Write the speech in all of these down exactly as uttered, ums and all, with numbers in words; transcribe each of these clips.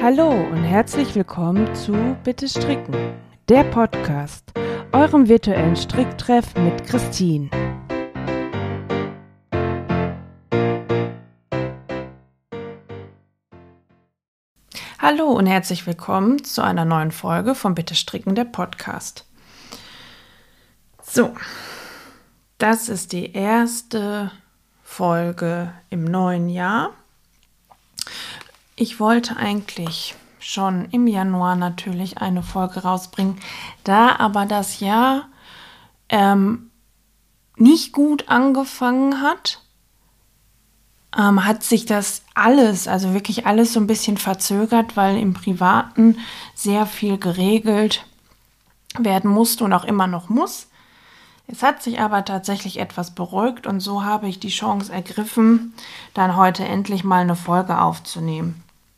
Hallo und herzlich willkommen zu Bitte Stricken, der Podcast, eurem virtuellen Stricktreff mit Christine. Hallo und herzlich willkommen zu einer neuen Folge von Bitte Stricken, der Podcast. So, das ist die erste Folge im neuen Jahr. Ich wollte eigentlich schon im Januar natürlich eine Folge rausbringen, da aber das Jahr ähm, nicht gut angefangen hat, ähm, hat sich das alles, also wirklich alles so ein bisschen verzögert, weil im Privaten sehr viel geregelt werden musste und auch immer noch muss. Es hat sich aber tatsächlich etwas beruhigt und so habe ich die Chance ergriffen, dann heute endlich mal eine Folge aufzunehmen.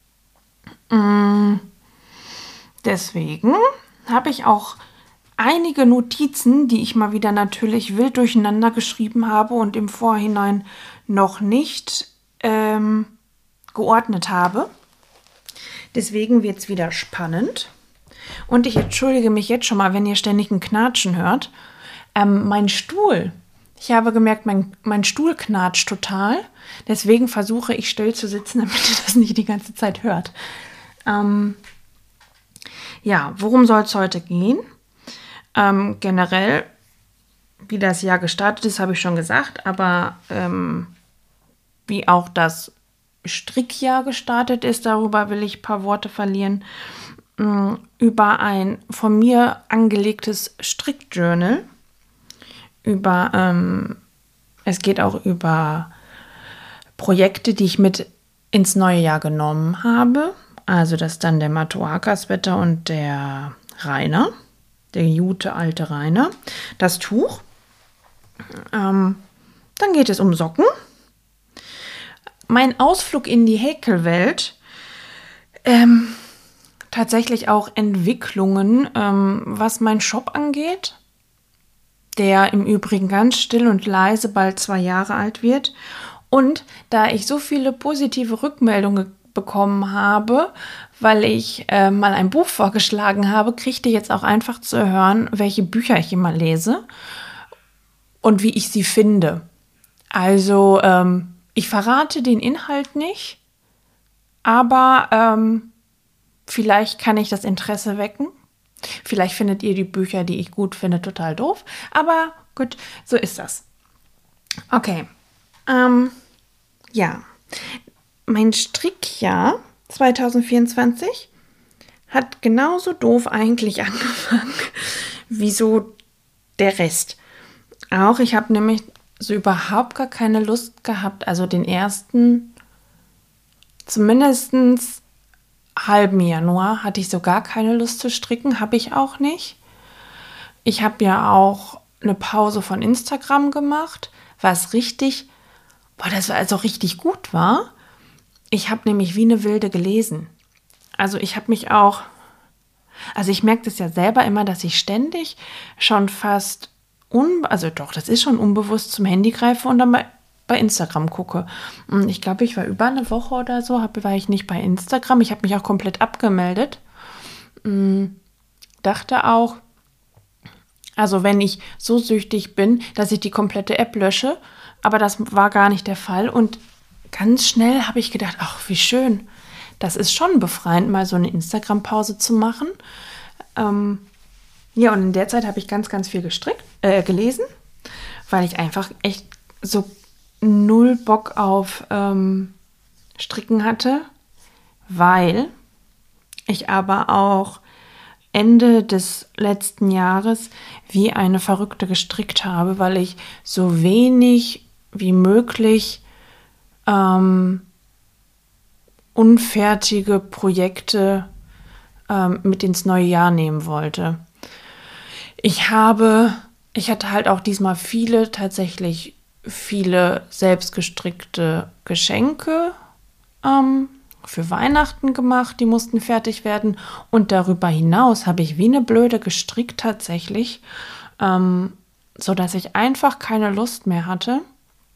Deswegen habe ich auch einige Notizen, die ich mal wieder natürlich wild durcheinander geschrieben habe und im Vorhinein noch nicht ähm, geordnet habe. Deswegen wird es wieder spannend. Und ich entschuldige mich jetzt schon mal, wenn ihr ständig ein Knatschen hört. Ähm, mein Stuhl, ich habe gemerkt, mein, mein Stuhl knatscht total. Deswegen versuche ich still zu sitzen, damit ihr das nicht die ganze Zeit hört. Ähm, ja, worum soll es heute gehen? Ähm, generell, wie das Jahr gestartet ist, habe ich schon gesagt, aber ähm, wie auch das Strickjahr gestartet ist, darüber will ich ein paar Worte verlieren. Ähm, über ein von mir angelegtes Strickjournal. Über, ähm, es geht auch über Projekte, die ich mit ins neue Jahr genommen habe. Also das ist dann der Matoaka Sweater und der Rainer, der Jute alte Rainer, das Tuch. Ähm, dann geht es um Socken. Mein Ausflug in die Häkelwelt. Ähm, tatsächlich auch Entwicklungen, ähm, was mein Shop angeht, der im Übrigen ganz still und leise bald zwei Jahre alt wird. Und da ich so viele positive Rückmeldungen bekommen habe, weil ich äh, mal ein Buch vorgeschlagen habe, kriegte ich jetzt auch einfach zu hören, welche Bücher ich immer lese und wie ich sie finde. Also ähm, ich verrate den Inhalt nicht, aber ähm, vielleicht kann ich das Interesse wecken. Vielleicht findet ihr die Bücher, die ich gut finde, total doof. Aber gut, so ist das. Okay. Ähm, ja. Mein Strickjahr zwanzig vierundzwanzig hat genauso doof eigentlich angefangen wie so der Rest. Auch ich habe nämlich so überhaupt gar keine Lust gehabt, also den ersten, zumindest halben Januar hatte ich so gar keine Lust zu stricken, habe ich auch nicht. Ich habe ja auch eine Pause von Instagram gemacht, was richtig, boah, das war also richtig gut war. Ich habe nämlich wie eine Wilde gelesen. Also ich habe mich auch, also ich merke das ja selber immer, dass ich ständig schon fast, un, also doch, das ist schon unbewusst zum Handy greife und dann bei, bei Instagram gucke. Und ich glaube, ich war über eine Woche oder so, hab, war ich nicht bei Instagram. Ich habe mich auch komplett abgemeldet. Hm, dachte auch, also wenn ich so süchtig bin, dass ich die komplette App lösche, aber das war gar nicht der Fall und ganz schnell habe ich gedacht, ach, wie schön. Das ist schon befreiend, mal so eine Instagram-Pause zu machen. Ähm, ja, und in der Zeit habe ich ganz, ganz viel gestrickt, äh, gelesen, weil ich einfach echt so null Bock auf ähm, Stricken hatte, weil ich aber auch Ende des letzten Jahres wie eine Verrückte gestrickt habe, weil ich so wenig wie möglich Ähm, unfertige Projekte ähm, mit ins neue Jahr nehmen wollte. Ich habe, ich hatte halt auch diesmal viele, tatsächlich viele selbstgestrickte Geschenke ähm, für Weihnachten gemacht, die mussten fertig werden und darüber hinaus habe ich wie eine Blöde gestrickt tatsächlich, ähm, sodass ich einfach keine Lust mehr hatte.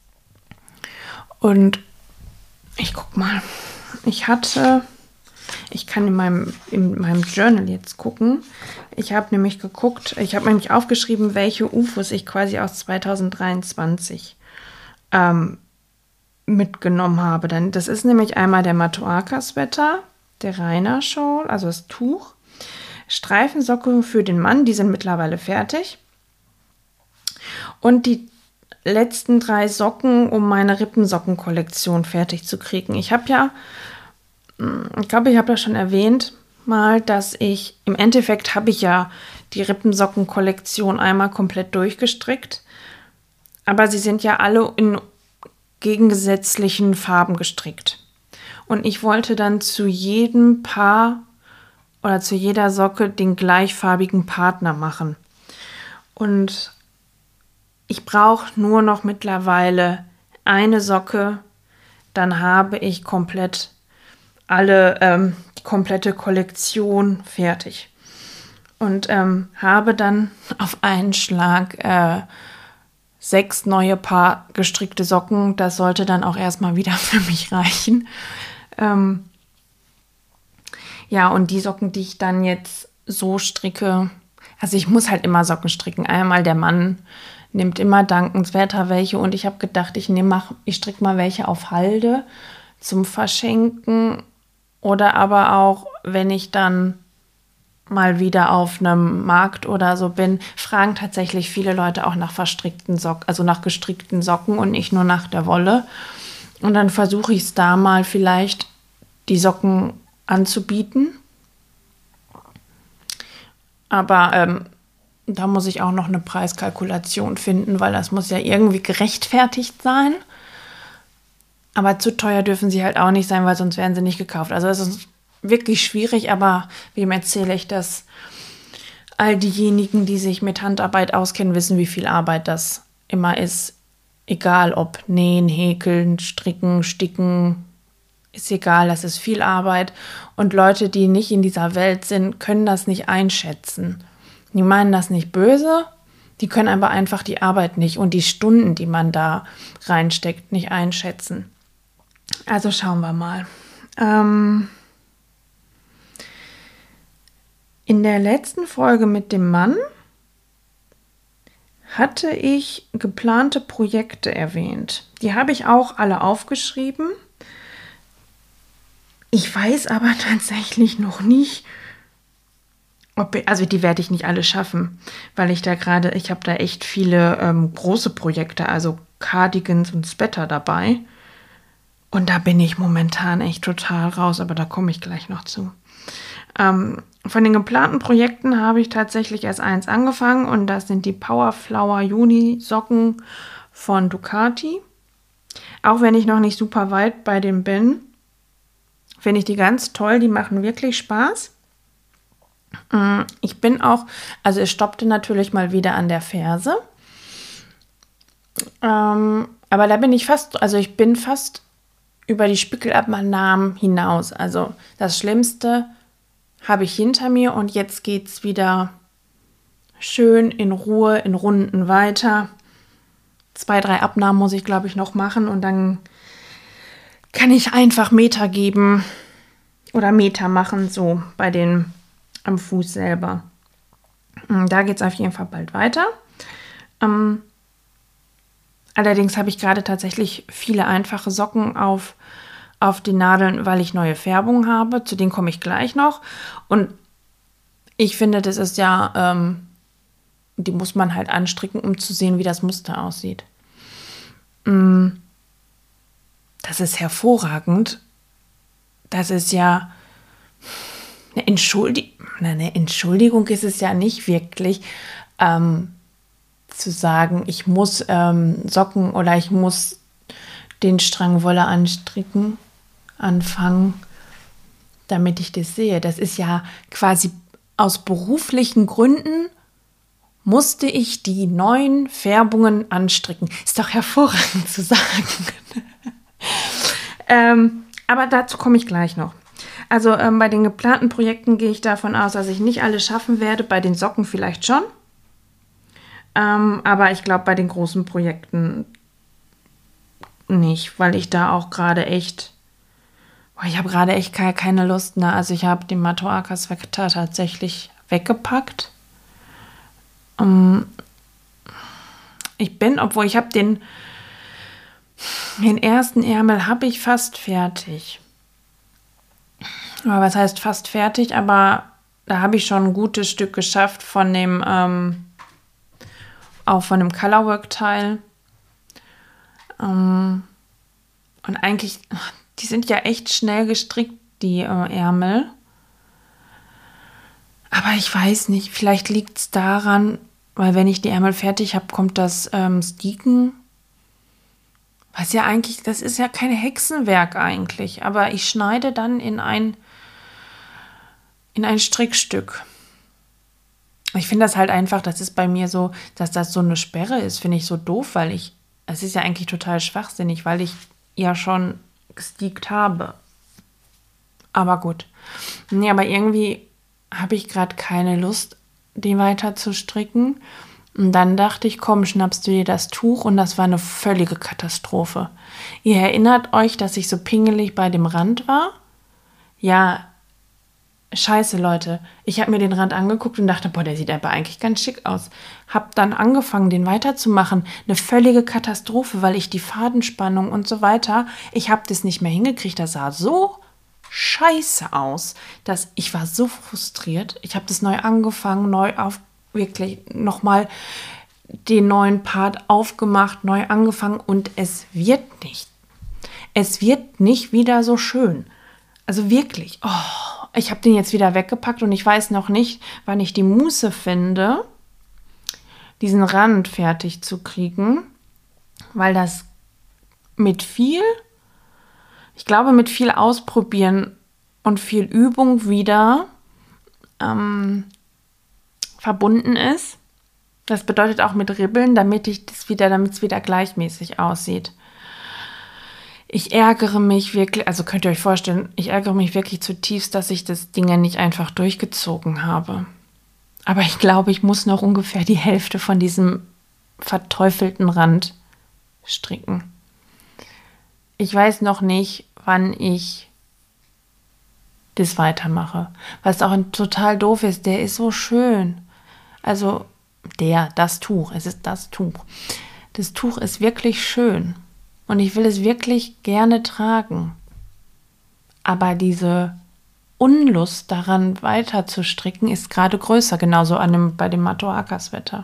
Und ich guck mal, ich hatte, ich kann in meinem, in meinem Journal jetzt gucken. Ich habe nämlich geguckt, ich habe nämlich aufgeschrieben, welche U F Os ich quasi aus zweitausenddreiundzwanzig ähm, mitgenommen habe. Dann, das ist nämlich einmal der Matoaka-Sweater, der Rainer Shawl, also das Tuch, Streifensocke für den Mann, die sind mittlerweile fertig. Und die letzten drei Socken, um meine Rippensockenkollektion fertig zu kriegen. Ich habe ja, ich glaube, ich habe das schon erwähnt, mal, dass ich, im Endeffekt habe ich ja die Rippensockenkollektion einmal komplett durchgestrickt, aber sie sind ja alle in gegensätzlichen Farben gestrickt. Und ich wollte dann zu jedem Paar oder zu jeder Socke den gleichfarbigen Partner machen. Und ich brauche nur noch mittlerweile eine Socke, dann habe ich komplett alle, ähm, die komplette Kollektion fertig. Und ähm, habe dann auf einen Schlag äh, sechs neue Paar gestrickte Socken. Das sollte dann auch erstmal wieder für mich reichen. Ähm, ja, und die Socken, die ich dann jetzt so stricke, also ich muss halt immer Socken stricken. Einmal der Mann nimmt immer dankenswerter welche und ich habe gedacht, ich nehme, ich stricke mal welche auf Halde zum Verschenken oder aber auch, wenn ich dann mal wieder auf einem Markt oder so bin, fragen tatsächlich viele Leute auch nach verstrickten Socken, also nach gestrickten Socken und nicht nur nach der Wolle. Und dann versuche ich es da mal vielleicht die Socken anzubieten. Aber ähm, da muss ich auch noch eine Preiskalkulation finden, weil das muss ja irgendwie gerechtfertigt sein. Aber zu teuer dürfen sie halt auch nicht sein, weil sonst werden sie nicht gekauft. Also das ist wirklich schwierig, aber wem erzähle ich das? All diejenigen, die sich mit Handarbeit auskennen, wissen, wie viel Arbeit das immer ist. Egal ob nähen, häkeln, stricken, sticken, ist egal, das ist viel Arbeit. Und Leute, die nicht in dieser Welt sind, können das nicht einschätzen. Die meinen das nicht böse, die können aber einfach die Arbeit nicht und die Stunden, die man da reinsteckt, nicht einschätzen. Also schauen wir mal. Ähm In der letzten Folge mit dem Mann hatte ich geplante Projekte erwähnt. Die habe ich auch alle aufgeschrieben. Ich weiß aber tatsächlich noch nicht, ob ich, also die werde ich nicht alle schaffen, weil ich da gerade, ich habe da echt viele ähm, große Projekte, also Cardigans und Sweater dabei. Und da bin ich momentan echt total raus, aber da komme ich gleich noch zu. Ähm, von den geplanten Projekten habe ich tatsächlich erst eins angefangen und das sind die Powerflower Juni Socken von Ducati. Auch wenn ich noch nicht super weit bei dem bin, finde ich die ganz toll, die machen wirklich Spaß. Ich bin auch, also es stoppte natürlich mal wieder an der Ferse, ähm, aber da bin ich fast, also ich bin fast über die Spickelabnahmen hinaus. Also das Schlimmste habe ich hinter mir und jetzt geht es wieder schön in Ruhe, in Runden weiter. Zwei, drei Abnahmen muss ich, glaube ich, noch machen und dann kann ich einfach Meter geben oder Meter machen, so bei den am Fuß selber. Da geht es auf jeden Fall bald weiter. Ähm, allerdings habe ich gerade tatsächlich viele einfache Socken auf auf die Nadeln, weil ich neue Färbung habe. Zu denen komme ich gleich noch. Und ich finde, das ist ja, ähm, die muss man halt anstricken, um zu sehen, wie das Muster aussieht. Mm, das ist hervorragend. Das ist ja eine Entschuldigung. Eine Entschuldigung ist es ja nicht wirklich, ähm, zu sagen, ich muss ähm, Socken oder ich muss den Strang Wolle anstricken, anfangen, damit ich das sehe. Das ist ja quasi aus beruflichen Gründen musste ich die neuen Färbungen anstricken. Ist doch hervorragend zu sagen. ähm, aber dazu komme ich gleich noch. Also ähm, bei den geplanten Projekten gehe ich davon aus, dass ich nicht alles schaffen werde. Bei den Socken vielleicht schon. Ähm, aber ich glaube, bei den großen Projekten nicht, weil ich da auch gerade echt Boah, ich habe gerade echt ke- keine Lust, ne? Also ich habe den Matoaka-Sweater tatsächlich weggepackt. Ähm, ich bin, obwohl ich habe den, den ersten Ärmel habe ich fast fertig. Aber was heißt fast fertig? Aber da habe ich schon ein gutes Stück geschafft von dem, ähm, auch von dem Colorwork-Teil. Ähm, und eigentlich, die sind ja echt schnell gestrickt, die äh, Ärmel. Aber ich weiß nicht, vielleicht liegt es daran, weil wenn ich die Ärmel fertig habe, kommt das ähm, Sticken. Was ja eigentlich, das ist ja kein Hexenwerk eigentlich. Aber ich schneide dann in ein, in ein Strickstück. Ich finde das halt einfach, das ist bei mir so, dass das so eine Sperre ist, finde ich so doof, weil ich, es ist ja eigentlich total schwachsinnig, weil ich ja schon gesteakt habe. Aber gut. Nee, aber irgendwie habe ich gerade keine Lust, die weiter zu stricken. Und dann dachte ich, komm, schnappst du dir das Tuch, und das war eine völlige Katastrophe. Ihr erinnert euch, dass ich so pingelig bei dem Rand war? Ja, scheiße, Leute. Ich habe mir den Rand angeguckt und dachte, boah, der sieht aber eigentlich ganz schick aus. Hab dann angefangen, den weiterzumachen. Eine völlige Katastrophe, weil ich die Fadenspannung und so weiter, ich habe das nicht mehr hingekriegt. Das sah so scheiße aus, dass ich war so frustriert. Ich habe das neu angefangen, neu auf, wirklich nochmal den neuen Part aufgemacht, neu angefangen, und es wird nicht. Es wird nicht wieder so schön. Also wirklich, oh, ich habe den jetzt wieder weggepackt und ich weiß noch nicht, wann ich die Muße finde, diesen Rand fertig zu kriegen, weil das mit viel, ich glaube mit viel Ausprobieren und viel Übung wieder ähm, verbunden ist. Das bedeutet auch mit Ribbeln, damit ich das wieder, damit es wieder gleichmäßig aussieht. Ich ärgere mich wirklich, also könnt ihr euch vorstellen, ich ärgere mich wirklich zutiefst, dass ich das Ding ja nicht einfach durchgezogen habe. Aber ich glaube, ich muss noch ungefähr die Hälfte von diesem verteufelten Rand stricken. Ich weiß noch nicht, wann ich das weitermache. Was auch total doof ist, der ist so schön. Also der, das Tuch, es ist das Tuch. Das Tuch ist wirklich schön. Und ich will es wirklich gerne tragen. Aber diese Unlust daran weiter zu stricken ist gerade größer, genauso an dem, bei dem Matoaka-Sweater.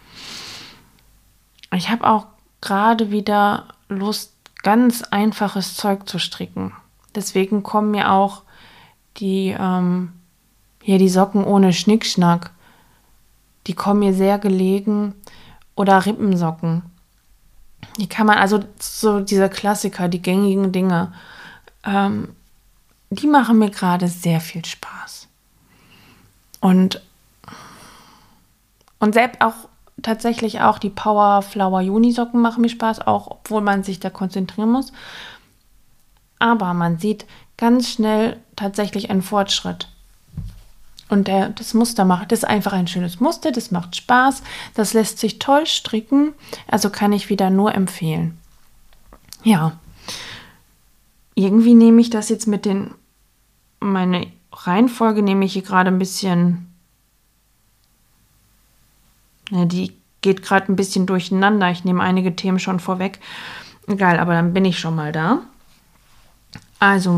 Ich habe auch gerade wieder Lust, ganz einfaches Zeug zu stricken. Deswegen kommen mir auch die, ähm, hier die Socken ohne Schnickschnack, die kommen mir sehr gelegen. Oder Rippensocken. Die kann man, also so diese Klassiker, die gängigen Dinge, ähm, die machen mir gerade sehr viel Spaß. Und, und selbst auch tatsächlich auch die Power Flower Juni Socken machen mir Spaß, auch obwohl man sich da konzentrieren muss. Aber man sieht ganz schnell tatsächlich einen Fortschritt. Und der, das Muster macht, das ist einfach ein schönes Muster, das macht Spaß, das lässt sich toll stricken, also kann ich wieder nur empfehlen. Ja, irgendwie nehme ich das jetzt mit den, meine Reihenfolge nehme ich hier gerade ein bisschen, ja, die geht gerade ein bisschen durcheinander, ich nehme einige Themen schon vorweg, egal, aber dann bin ich schon mal da. Also,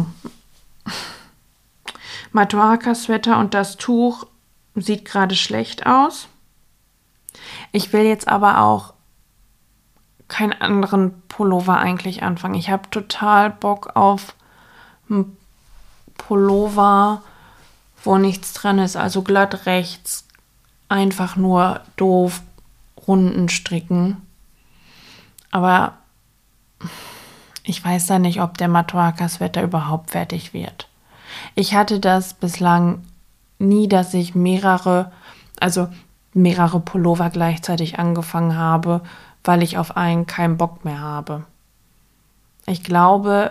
Matoaka-Sweater und das Tuch sieht gerade schlecht aus. Ich will jetzt aber auch keinen anderen Pullover eigentlich anfangen. Ich habe total Bock auf einen Pullover, wo nichts dran ist, also glatt rechts, einfach nur doof Runden stricken. Aber ich weiß da nicht, ob der Matoaka-Sweater überhaupt fertig wird. Ich hatte das bislang nie, dass ich mehrere, also mehrere Pullover gleichzeitig angefangen habe, weil ich auf einen keinen Bock mehr habe. Ich glaube,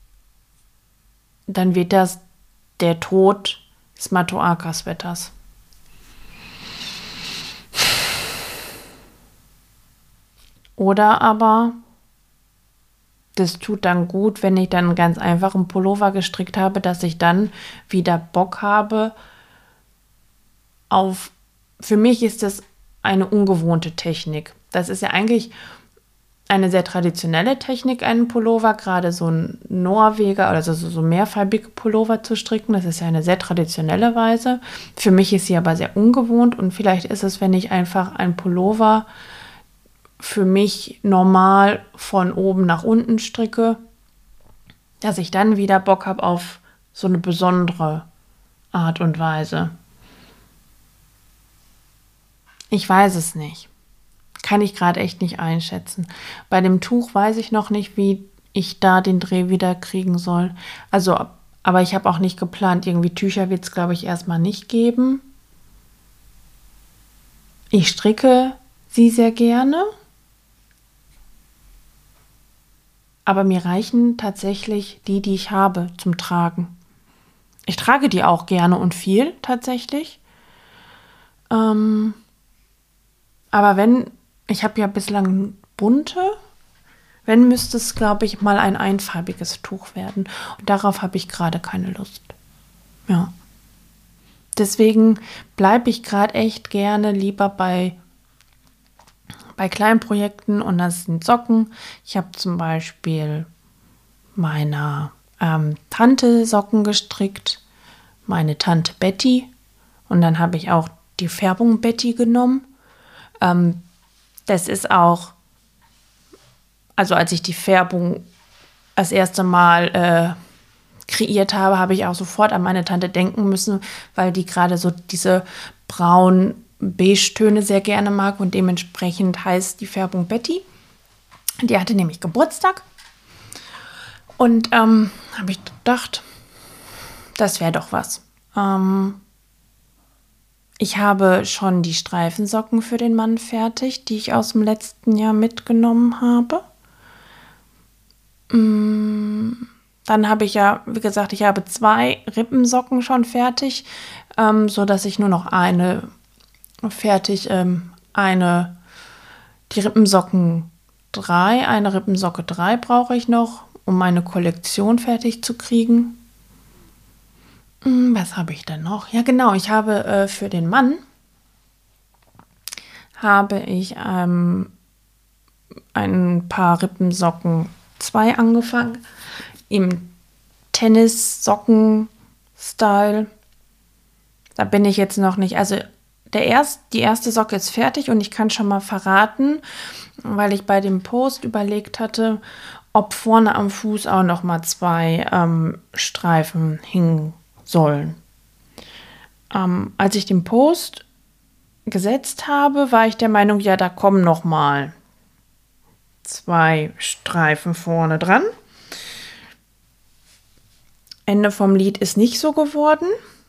dann wird das der Tod des Matoaka-Sweaters. Oder aber das tut dann gut, wenn ich dann einen ganz einfachen Pullover gestrickt habe, dass ich dann wieder Bock habe auf, für mich ist das eine ungewohnte Technik. Das ist ja eigentlich eine sehr traditionelle Technik, einen Pullover, gerade so ein Norweger oder so, so mehrfarbige Pullover zu stricken. Das ist ja eine sehr traditionelle Weise. Für mich ist sie aber sehr ungewohnt und vielleicht ist es, wenn ich einfach einen Pullover für mich normal von oben nach unten stricke, dass ich dann wieder Bock habe auf so eine besondere Art und Weise. Ich weiß es nicht. Kann ich gerade echt nicht einschätzen. Bei dem Tuch weiß ich noch nicht, wie ich da den Dreh wieder kriegen soll. Also, aber ich habe auch nicht geplant, irgendwie Tücher wird es, glaube ich, erstmal nicht geben. Ich stricke sie sehr gerne. Aber mir reichen tatsächlich die, die ich habe, zum Tragen. Ich trage die auch gerne und viel, tatsächlich. Ähm, aber wenn, ich habe ja bislang bunte, wenn, müsste es, glaube ich, mal ein einfarbiges Tuch werden. Und darauf habe ich gerade keine Lust. Ja. Deswegen bleibe ich gerade echt gerne lieber bei bei kleinen Projekten und das sind Socken. Ich habe zum Beispiel meiner ähm, Tante Socken gestrickt, meine Tante Betty und dann habe ich auch die Färbung Betty genommen. Ähm, das ist auch, also als ich die Färbung das erste Mal äh, kreiert habe, habe ich auch sofort an meine Tante denken müssen, weil die gerade so diese braun Beige-Töne sehr gerne mag und dementsprechend heißt die Färbung Betty. Die hatte nämlich Geburtstag und ähm, habe ich gedacht, das wäre doch was. Ähm, ich habe schon die Streifensocken für den Mann fertig, die ich aus dem letzten Jahr mitgenommen habe. Mm, dann habe ich ja, wie gesagt, ich habe zwei Rippensocken schon fertig, ähm, sodass ich nur noch eine fertig, ähm, eine, die Rippensocken drei, eine Rippensocke drei brauche ich noch, um meine Kollektion fertig zu kriegen. Hm, was habe ich denn noch? Ja genau, ich habe äh, für den Mann habe ich ähm, ein paar Rippensocken zwei angefangen, im Tennissocken-Style. Da bin ich jetzt noch nicht, also Der erst, die erste Socke ist fertig und ich kann schon mal verraten, weil ich bei dem Post überlegt hatte, ob vorne am Fuß auch noch mal zwei ähm, Streifen hängen sollen. Ähm, als ich den Post gesetzt habe, war ich der Meinung, ja, da kommen noch mal zwei Streifen vorne dran. Ende vom Lied ist nicht so geworden.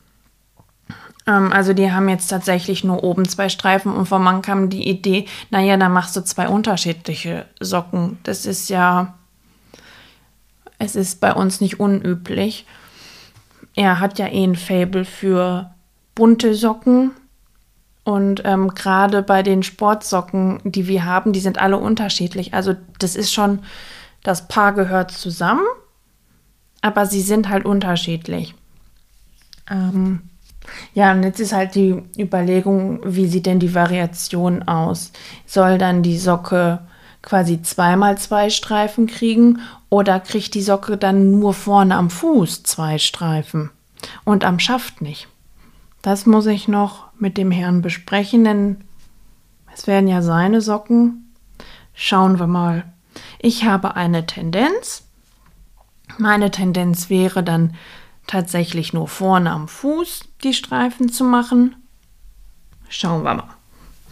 Also die haben jetzt tatsächlich nur oben zwei Streifen und vom Mann kam die Idee, naja, dann machst du zwei unterschiedliche Socken. Das ist ja, es ist bei uns nicht unüblich. Er hat ja eh ein Faible für bunte Socken und ähm, gerade bei den Sportsocken, die wir haben, die sind alle unterschiedlich. Also das ist schon, das Paar gehört zusammen, aber sie sind halt unterschiedlich. Ähm, Ja, und jetzt ist halt die Überlegung, wie sieht denn die Variation aus? Soll dann die Socke quasi zweimal zwei Streifen kriegen oder kriegt die Socke dann nur vorne am Fuß zwei Streifen und am Schaft nicht? Das muss ich noch mit dem Herrn besprechen, denn es werden ja seine Socken. Schauen wir mal. Ich habe eine Tendenz. Meine Tendenz wäre dann tatsächlich nur vorne am Fuß die Streifen zu machen. Schauen wir mal.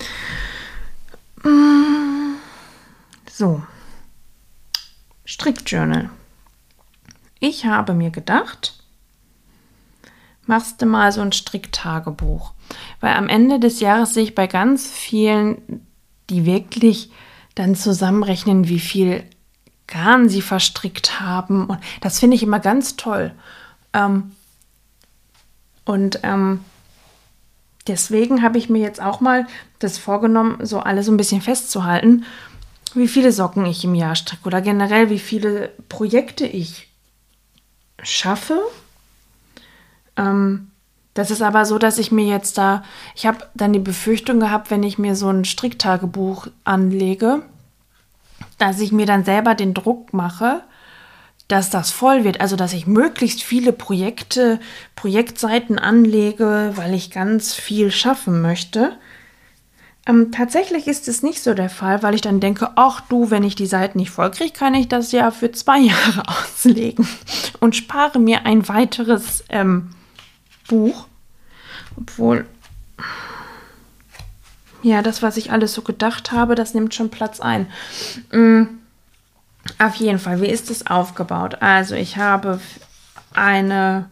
So. Strickjournal. Ich habe mir gedacht, machst du mal so ein Stricktagebuch. Weil am Ende des Jahres sehe ich bei ganz vielen, die wirklich dann zusammenrechnen, wie viel Garn sie verstrickt haben. Und das finde ich immer ganz toll. Ähm, und ähm, deswegen habe ich mir jetzt auch mal das vorgenommen, so alles so ein bisschen festzuhalten. wie viele Socken ich im Jahr stricke oder generell wie viele Projekte ich schaffe. Ähm, das ist aber so, dass ich mir jetzt da, ich habe dann die Befürchtung gehabt, wenn ich mir so ein Stricktagebuch anlege, dass ich mir dann selber den Druck mache, dass das voll wird, also dass ich möglichst viele Projekte, Projektseiten anlege, weil ich ganz viel schaffen möchte. Ähm, tatsächlich ist es nicht so der Fall, weil ich dann denke, ach du, wenn ich die Seiten nicht voll kriege, kann ich das ja für zwei Jahre auslegen und spare mir ein weiteres ähm, Buch. Obwohl, ja, das, was ich alles so gedacht habe, das nimmt schon Platz ein. Mhm. Auf jeden Fall, wie ist es aufgebaut? Also ich habe eine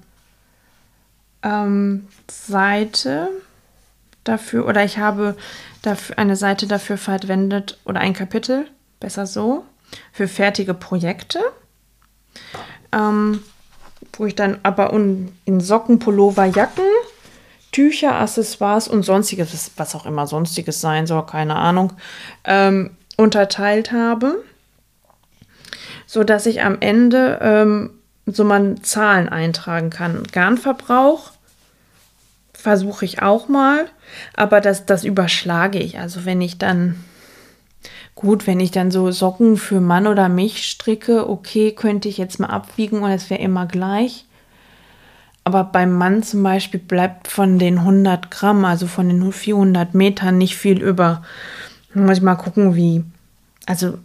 ähm, Seite dafür, oder ich habe dafür eine Seite dafür verwendet, oder ein Kapitel, besser so, für fertige Projekte, ähm, wo ich dann aber un, in Socken, Pullover, Jacken, Tücher, Accessoires und sonstiges, was auch immer sonstiges sein soll, keine Ahnung, ähm, unterteilt habe, so dass ich am Ende ähm, so mal Zahlen eintragen kann. Garnverbrauch versuche ich auch mal, aber das, das überschlage ich. Also wenn ich dann, gut, wenn ich dann so Socken für Mann oder mich stricke, okay, könnte ich jetzt mal abwiegen und es wäre immer gleich. Aber beim Mann zum Beispiel bleibt von den hundert Gramm, also von den vierhundert Metern nicht viel über. Muss ich mal gucken, wie, also...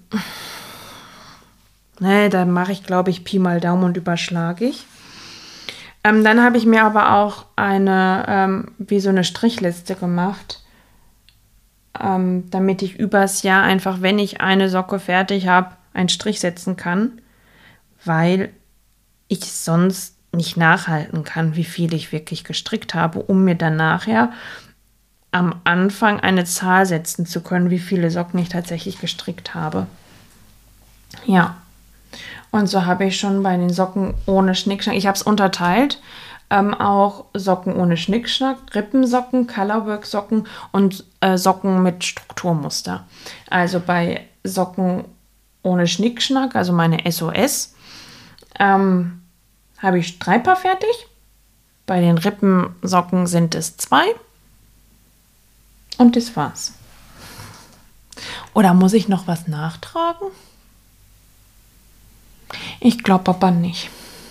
Ne, da mache ich, glaube ich, Pi mal Daumen und überschlage ich. Ähm, dann habe ich mir aber auch eine, ähm, wie so eine Strichliste gemacht, ähm, damit ich übers Jahr einfach, wenn ich eine Socke fertig habe, einen Strich setzen kann, weil ich sonst nicht nachhalten kann, wie viel ich wirklich gestrickt habe, um mir dann nachher am Anfang eine Zahl setzen zu können, wie viele Socken ich tatsächlich gestrickt habe. Ja. Und so habe ich schon bei den Socken ohne Schnickschnack, ich habe es unterteilt, ähm, auch Socken ohne Schnickschnack, Rippensocken, Colorwork-Socken und äh, Socken mit Strukturmuster. Also bei Socken ohne Schnickschnack, also meine S O S, ähm, habe ich drei Paar fertig. Bei den Rippensocken sind es zwei. Und das war's. Oder muss ich noch was nachtragen? Ich glaube aber nicht.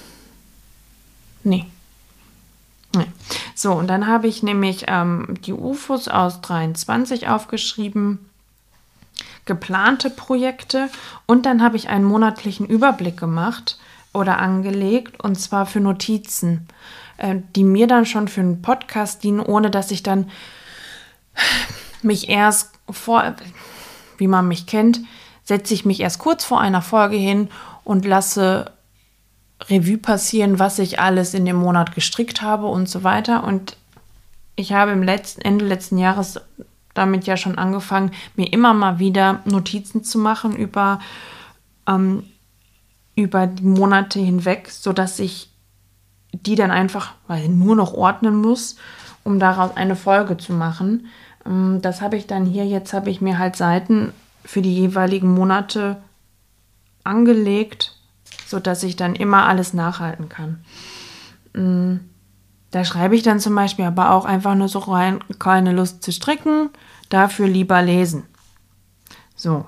Nee. nee. So, und dann habe ich nämlich ähm, die U F Os aus dreiundzwanzig aufgeschrieben, geplante Projekte, und dann habe ich einen monatlichen Überblick gemacht oder angelegt, und zwar für Notizen, äh, die mir dann schon für einen Podcast dienen, ohne dass ich dann mich erst vor, wie man mich kennt, setze ich mich erst kurz vor einer Folge hin und lasse Revue passieren, was ich alles in dem Monat gestrickt habe und so weiter. Und ich habe im letzten, Ende letzten Jahres damit ja schon angefangen, mir immer mal wieder Notizen zu machen über, ähm, über die Monate hinweg, sodass ich die dann einfach weil nur noch ordnen muss, um daraus eine Folge zu machen. Ähm, das habe ich dann hier, jetzt habe ich mir halt Seiten für die jeweiligen Monate angelegt, sodass ich dann immer alles nachhalten kann. Da schreibe ich dann zum Beispiel aber auch einfach nur so rein, keine Lust zu stricken, dafür lieber lesen. So.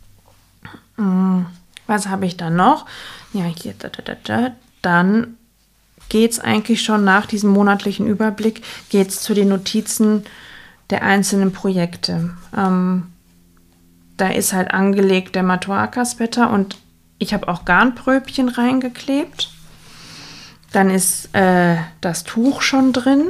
Was habe ich dann noch? Ja, hier, da, da, da, da. Dann geht es eigentlich schon nach diesem monatlichen Überblick, geht es zu den Notizen der einzelnen Projekte. Ähm, da ist halt angelegt der Matoaka-Sweater und ich habe auch Garnpröbchen reingeklebt. Dann ist äh, das Tuch schon drin.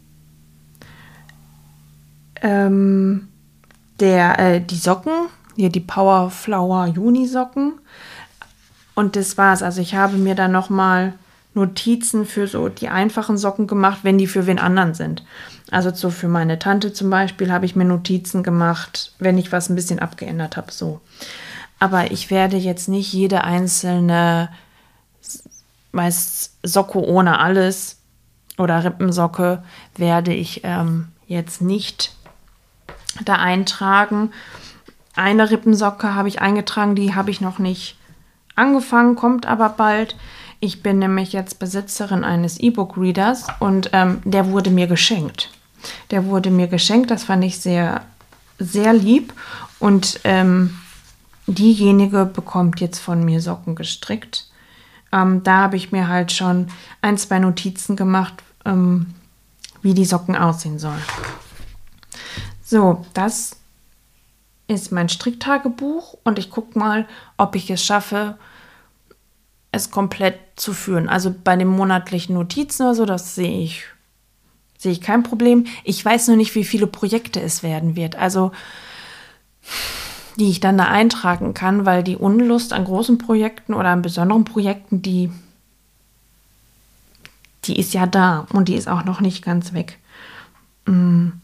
Ähm, der, äh, die Socken, hier die Power Flower Juni Socken. Und das war's. Also ich habe mir dann nochmal Notizen für so die einfachen Socken gemacht, wenn die für wen anderen sind. Also so für meine Tante zum Beispiel habe ich mir Notizen gemacht, wenn ich was ein bisschen abgeändert habe. So. Aber ich werde jetzt nicht jede einzelne, meist Socke ohne alles oder Rippensocke, werde ich ähm, jetzt nicht da eintragen. eine Rippensocke habe ich eingetragen, die habe ich noch nicht angefangen, kommt aber bald. Ich bin nämlich jetzt Besitzerin eines E-Book-Readers und ähm, der wurde mir geschenkt. Der wurde mir geschenkt, das fand ich sehr, sehr lieb. Und ähm, diejenige bekommt jetzt von mir Socken gestrickt. Ähm, da habe ich mir halt schon ein, zwei Notizen gemacht, ähm, wie die Socken aussehen sollen. So, das ist mein Stricktagebuch und ich gucke mal, ob ich es schaffe, es komplett zu führen. Also bei den monatlichen Notizen oder so, das sehe ich, sehe ich kein Problem. Ich weiß nur nicht, wie viele Projekte es werden wird. Also die ich dann da eintragen kann, weil die Unlust an großen Projekten oder an besonderen Projekten, die, die ist ja da und die ist auch noch nicht ganz weg. Und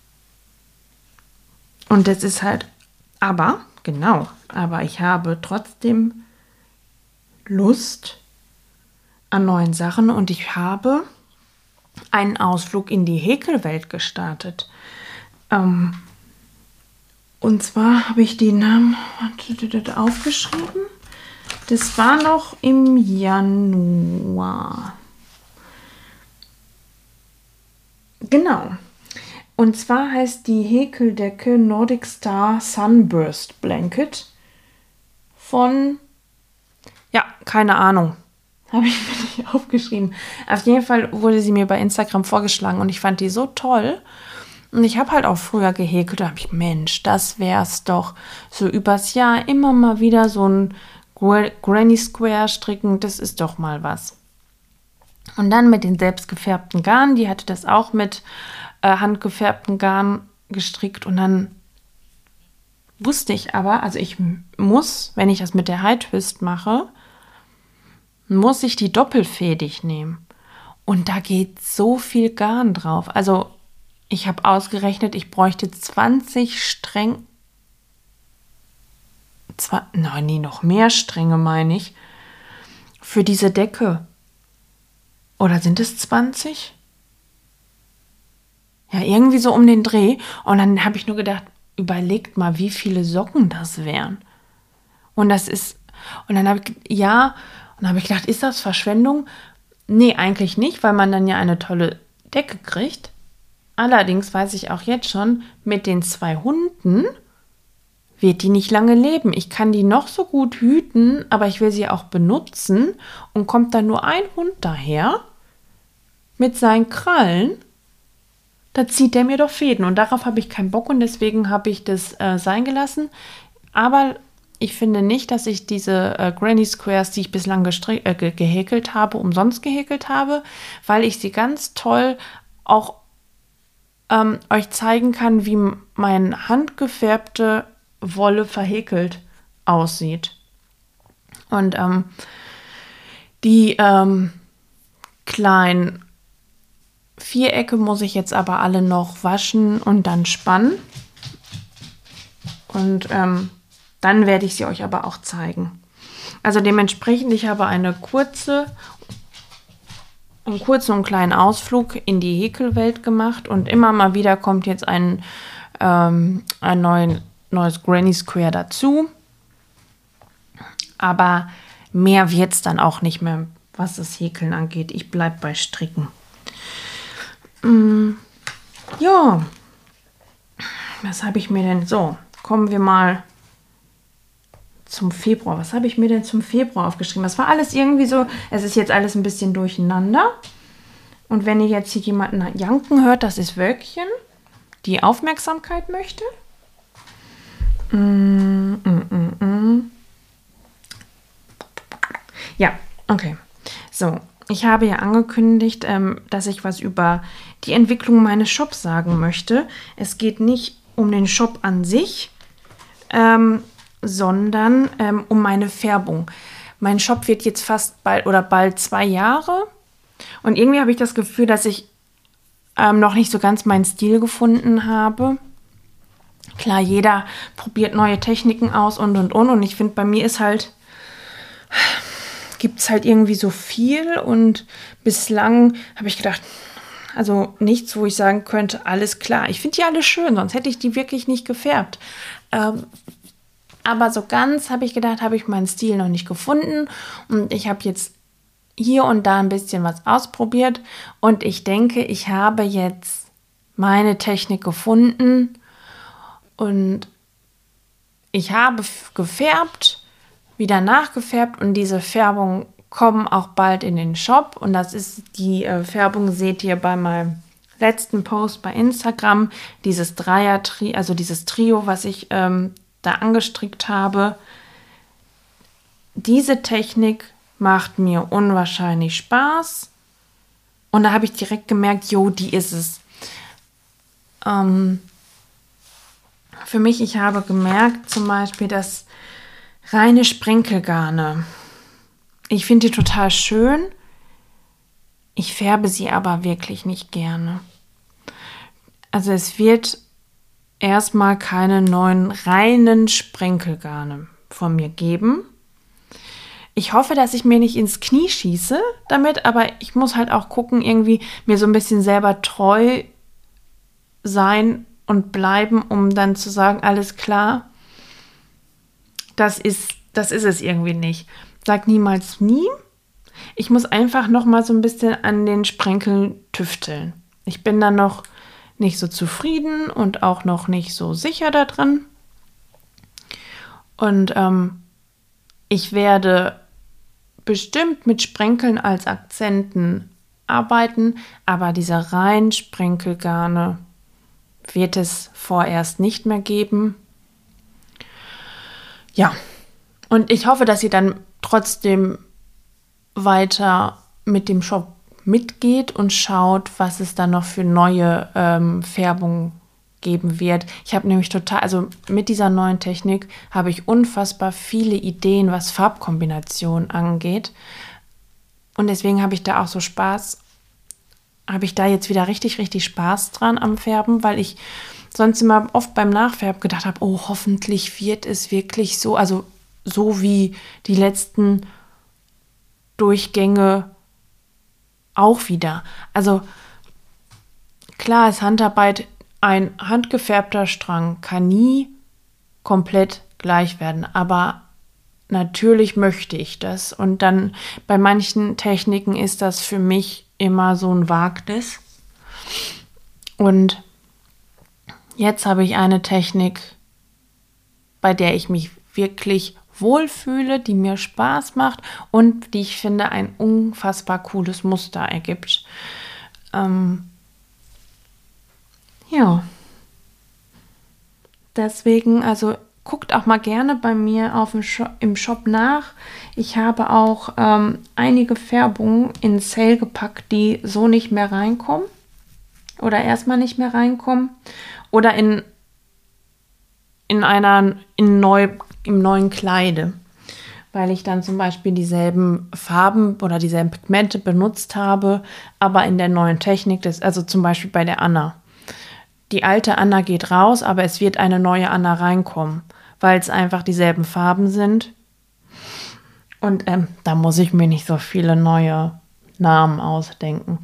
das ist halt, aber, genau, aber ich habe trotzdem Lust an neuen Sachen und ich habe einen Ausflug in die Häkelwelt gestartet. Ähm, Und zwar habe ich die Namen aufgeschrieben. Das war noch im Januar. Genau. Und zwar heißt die Häkeldecke Nordic Star Sunburst Blanket von, ja, keine Ahnung. Habe ich mir nicht aufgeschrieben. Auf jeden Fall wurde sie mir bei Instagram vorgeschlagen und ich fand die so toll. Und ich habe halt auch früher gehäkelt, da habe ich, Mensch, das wär's doch. So übers Jahr immer mal wieder so ein Granny Square stricken, das ist doch mal was. Und dann mit den selbstgefärbten Garn, die hatte das auch mit äh, handgefärbten Garn gestrickt. Und dann wusste ich aber, also ich muss, wenn ich das mit der High Twist mache, muss ich die doppelfädig nehmen. Und da geht so viel Garn drauf. Also ich habe ausgerechnet, ich bräuchte zwanzig Stränge, zwar, nein, nee, noch mehr Stränge meine ich, für diese Decke. Oder sind es zwanzig? Ja, irgendwie so um den Dreh. Und dann habe ich nur gedacht, überlegt mal, wie viele Socken das wären. Und das ist, und dann habe ich, ja, und dann habe ich gedacht, ist das Verschwendung? Nee, eigentlich nicht, weil man dann ja eine tolle Decke kriegt. Allerdings weiß ich auch jetzt schon, mit den zwei Hunden wird die nicht lange leben. Ich kann die noch so gut hüten, aber ich will sie auch benutzen und kommt dann nur ein Hund daher mit seinen Krallen, da zieht der mir doch Fäden und darauf habe ich keinen Bock und deswegen habe ich das äh, sein gelassen. Aber ich finde nicht, dass ich diese äh, Granny Squares, die ich bislang gestrick, äh, ge gehäkelt habe, umsonst gehäkelt habe, weil ich sie ganz toll auch Ähm, euch zeigen kann, wie meine handgefärbte Wolle verhäkelt aussieht. Und ähm, die ähm, kleinen Vierecke muss ich jetzt aber alle noch waschen und dann spannen. Und ähm, dann werde ich sie euch aber auch zeigen. Also dementsprechend, ich habe eine kurze einen kurzen und kleinen Ausflug in die Häkelwelt gemacht und immer mal wieder kommt jetzt ein, ähm, ein neuen, neues Granny Square dazu. Aber mehr wird es dann auch nicht mehr, was das Häkeln angeht. Ich bleibe bei Stricken. Mm, ja, was habe ich mir denn? So, kommen wir mal zum Februar. Was habe ich mir denn zum Februar aufgeschrieben? Das war alles irgendwie so, es ist jetzt alles ein bisschen durcheinander. Und wenn ihr jetzt hier jemanden janken hört, das ist Wölkchen, die Aufmerksamkeit möchte. Mm, mm, mm, mm. Ja, okay. So, ich habe ja angekündigt, ähm, dass ich was über die Entwicklung meines Shops sagen möchte. Es geht nicht um den Shop an sich, ähm, sondern ähm, um meine Färbung. Mein Shop wird jetzt fast bald oder bald zwei Jahre und irgendwie habe ich das Gefühl, dass ich ähm, noch nicht so ganz meinen Stil gefunden habe. Klar, jeder probiert neue Techniken aus und und und und ich finde, bei mir ist halt, gibt es halt irgendwie so viel und bislang habe ich gedacht, also nichts, wo ich sagen könnte, alles klar. Ich finde die alle schön, sonst hätte ich die wirklich nicht gefärbt. Ähm, Aber so ganz habe ich gedacht, habe ich meinen Stil noch nicht gefunden. Und ich habe jetzt hier und da ein bisschen was ausprobiert. Und ich denke, ich habe jetzt meine Technik gefunden. Und ich habe gefärbt, wieder nachgefärbt. Und diese Färbung kommen auch bald in den Shop. Und das ist die äh, Färbung, seht ihr bei meinem letzten Post bei Instagram. Dieses Dreier-Trio, also dieses Trio, was ich ähm, da angestrickt habe. Diese Technik macht mir unwahrscheinlich Spaß. Und da habe ich direkt gemerkt, jo, die ist es. Ähm, für mich, ich habe gemerkt zum Beispiel, dass reine Sprenkelgarne, ich finde die total schön. Ich färbe sie aber wirklich nicht gerne. Also es wird erstmal keine neuen reinen Sprenkelgarne von mir geben. Ich hoffe, dass ich mir nicht ins Knie schieße damit, aber ich muss halt auch gucken, irgendwie mir so ein bisschen selber treu sein und bleiben, um dann zu sagen, alles klar, das ist, das ist es irgendwie nicht. Sag niemals nie. Ich muss einfach noch mal so ein bisschen an den Sprenkeln tüfteln. Ich bin dann noch nicht so zufrieden und auch noch nicht so sicher da drin. Und ähm, ich werde bestimmt mit Sprenkeln als Akzenten arbeiten, aber diese reinen Sprenkelgarne wird es vorerst nicht mehr geben. Ja, und ich hoffe, dass ihr dann trotzdem weiter mit dem Shop mitgeht und schaut, was es dann noch für neue ähm, Färbungen geben wird. Ich habe nämlich total, also mit dieser neuen Technik habe ich unfassbar viele Ideen, was Farbkombinationen angeht. Und deswegen habe ich da auch so Spaß, habe ich da jetzt wieder richtig, richtig Spaß dran am Färben, weil ich sonst immer oft beim Nachfärben gedacht habe, oh, hoffentlich wird es wirklich so, also so wie die letzten Durchgänge auch wieder. Also klar ist Handarbeit, ein handgefärbter Strang kann nie komplett gleich werden, aber natürlich möchte ich das. Und dann bei manchen Techniken ist das für mich immer so ein Wagnis. Und jetzt habe ich eine Technik, bei der ich mich wirklich wohlfühle, die mir Spaß macht und die ich finde ein unfassbar cooles Muster ergibt. Ähm, ja. Deswegen, also guckt auch mal gerne bei mir auf dem Shop, im Shop nach. Ich habe auch ähm, einige Färbungen in Sale gepackt, die so nicht mehr reinkommen oder erstmal nicht mehr reinkommen oder in, in einer in neu, im neuen Kleide, weil ich dann zum Beispiel dieselben Farben oder dieselben Pigmente benutzt habe, aber in der neuen Technik, das, also zum Beispiel bei der Anna. Die alte Anna geht raus, aber es wird eine neue Anna reinkommen, weil es einfach dieselben Farben sind. Und ähm, da muss ich mir nicht so viele neue Namen ausdenken.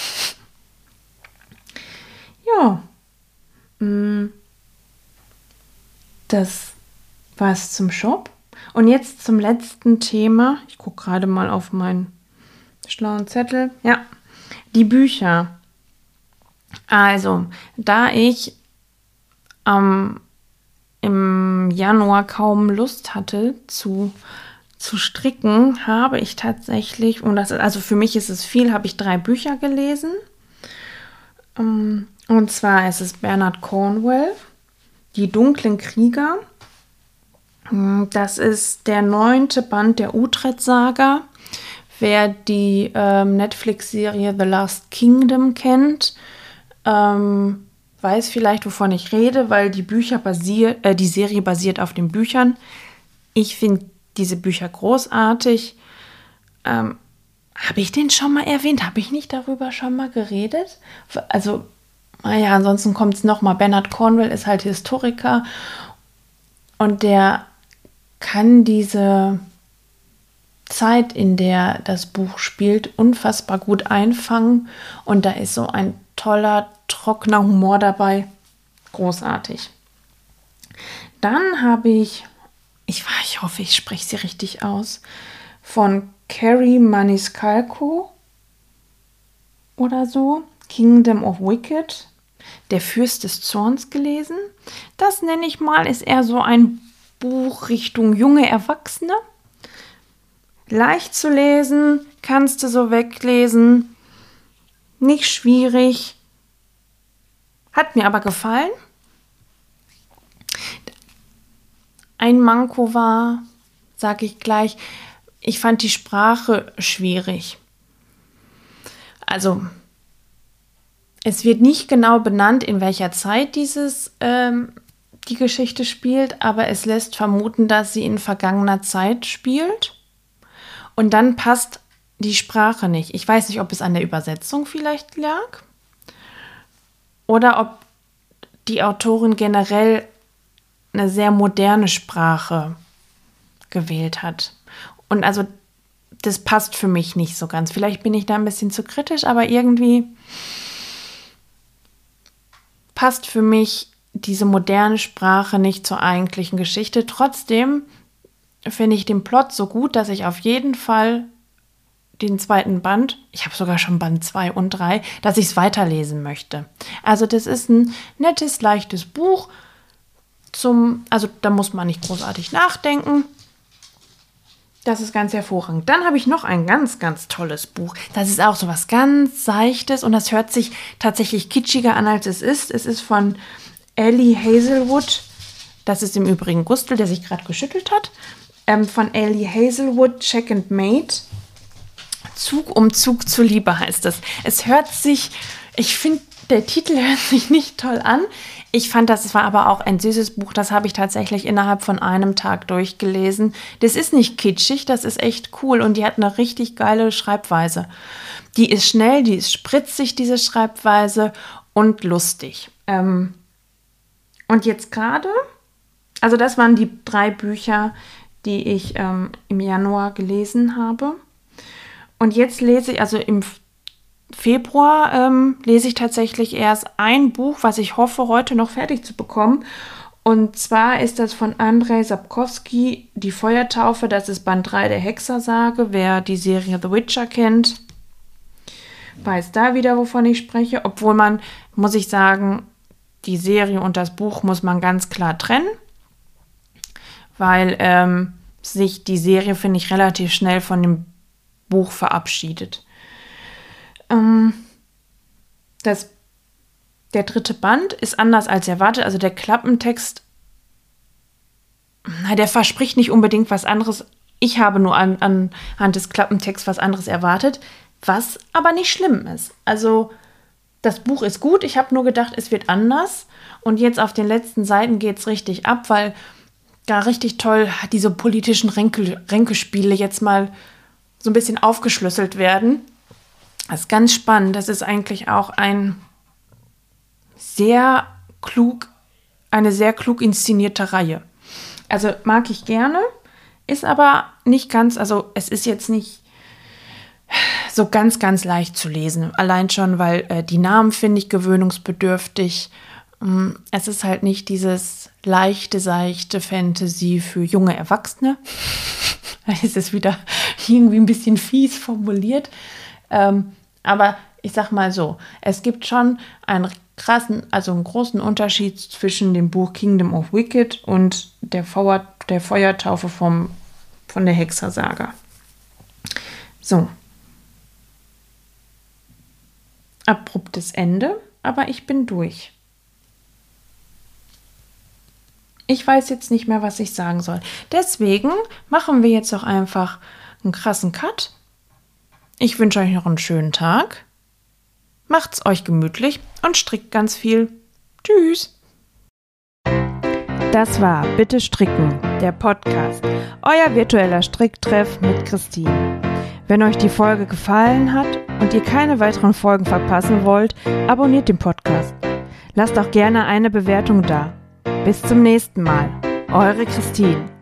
Ja. Das war's zum Shop. Und jetzt zum letzten Thema. Ich gucke gerade mal auf meinen schlauen Zettel. Ja, die Bücher. Also, da ich ähm, im Januar kaum Lust hatte zu, zu stricken, habe ich tatsächlich, und das, also für mich ist es viel, habe ich drei Bücher gelesen. Ähm, und zwar ist es Bernard Cornwell, Die dunklen Krieger. Das ist der neunte Band der Uhtred-Saga. Wer die ähm, Netflix-Serie The Last Kingdom kennt, ähm, weiß vielleicht, wovon ich rede, weil die Bücher basiert, äh, die Serie basiert auf den Büchern. Ich finde diese Bücher großartig. Ähm, habe ich den schon mal erwähnt? Habe ich nicht darüber schon mal geredet? Also, naja, ansonsten kommt es nochmal. Bernard Cornwell ist halt Historiker und der kann diese Zeit, in der das Buch spielt, unfassbar gut einfangen. Und da ist so ein toller, trockener Humor dabei. Großartig. Dann habe ich ich, ich hoffe, ich spreche sie richtig aus, von Carrie Maniscalco oder so, Kingdom of Wicked, Der Fürst des Zorns gelesen. Das nenne ich mal, ist eher so ein Buch Richtung junge Erwachsene. Leicht zu lesen, kannst du so weglesen, nicht schwierig, hat mir aber gefallen. Ein Manko war, sage ich gleich, ich fand die Sprache schwierig. Also, es wird nicht genau benannt, in welcher Zeit dieses, ähm, die Geschichte spielt, aber es lässt vermuten, dass sie in vergangener Zeit spielt. Und dann passt die Sprache nicht. Ich weiß nicht, ob es an der Übersetzung vielleicht lag oder ob die Autorin generell eine sehr moderne Sprache gewählt hat. Und also das passt für mich nicht so ganz. Vielleicht bin ich da ein bisschen zu kritisch, aber irgendwie passt für mich diese moderne Sprache nicht zur eigentlichen Geschichte. Trotzdem finde ich den Plot so gut, dass ich auf jeden Fall den zweiten Band, ich habe sogar schon Band zwei und drei, dass ich es weiterlesen möchte. Also das ist ein nettes, leichtes Buch. Zum, also da muss man nicht großartig nachdenken. Das ist ganz hervorragend. Dann habe ich noch ein ganz, ganz tolles Buch. Das ist auch so was ganz Seichtes und das hört sich tatsächlich kitschiger an, als es ist. Es ist von Ellie Hazelwood. Das ist im Übrigen Gustl, der sich gerade geschüttelt hat. Ähm, von Ellie Hazelwood, Check and Mate. Zug um Zug zur Liebe heißt es. Es hört sich, ich finde, der Titel hört sich nicht toll an. Ich fand, das war aber auch ein süßes Buch. Das habe ich tatsächlich innerhalb von einem Tag durchgelesen. Das ist nicht kitschig, das ist echt cool und die hat eine richtig geile Schreibweise. Die ist schnell, die ist spritzig, diese Schreibweise und lustig. Ähm und jetzt gerade, also das waren die drei Bücher, die ich ähm, im Januar gelesen habe. Und jetzt lese ich, also im Februar ähm, lese ich tatsächlich erst ein Buch, was ich hoffe, heute noch fertig zu bekommen. Und zwar ist das von Andrzej Sapkowski, Die Feuertaufe. Das ist Band drei der Hexersage. Wer die Serie The Witcher kennt, weiß da wieder, wovon ich spreche. Obwohl man, muss ich sagen, die Serie und das Buch muss man ganz klar trennen. Weil ähm, sich die Serie, finde ich, relativ schnell von dem Buch verabschiedet. Ähm, das, der dritte Band ist anders als erwartet. Also der Klappentext, na, der verspricht nicht unbedingt was anderes. Ich habe nur an, anhand des Klappentexts was anderes erwartet, was aber nicht schlimm ist. Also das Buch ist gut. Ich habe nur gedacht, es wird anders. Und jetzt auf den letzten Seiten geht es richtig ab, weil da richtig toll diese politischen Ränke, Ränkespiele jetzt mal so ein bisschen aufgeschlüsselt werden. Das ist ganz spannend. Das ist eigentlich auch ein sehr klug, eine sehr klug inszenierte Reihe. Also mag ich gerne, ist aber nicht ganz, also es ist jetzt nicht so ganz, ganz leicht zu lesen. Allein schon, weil äh, die Namen finde ich gewöhnungsbedürftig. Ähm, es ist halt nicht dieses leichte, seichte Fantasy für junge Erwachsene. Da ist es wieder irgendwie ein bisschen fies formuliert. Ähm, aber ich sag mal so, es gibt schon einen krassen, also einen großen Unterschied zwischen dem Buch Kingdom of Wicked und der, Feuer, der Feuertaufe vom, von der Hexersaga. So. Abruptes Ende, aber ich bin durch. Ich weiß jetzt nicht mehr, was ich sagen soll. Deswegen machen wir jetzt doch einfach einen krassen Cut. Ich wünsche euch noch einen schönen Tag. Macht's euch gemütlich und strickt ganz viel. Tschüss. Das war Bitte Stricken, der Podcast. Euer virtueller Stricktreff mit Christine. Wenn euch die Folge gefallen hat und ihr keine weiteren Folgen verpassen wollt, abonniert den Podcast. Lasst auch gerne eine Bewertung da. Bis zum nächsten Mal. Eure Christine.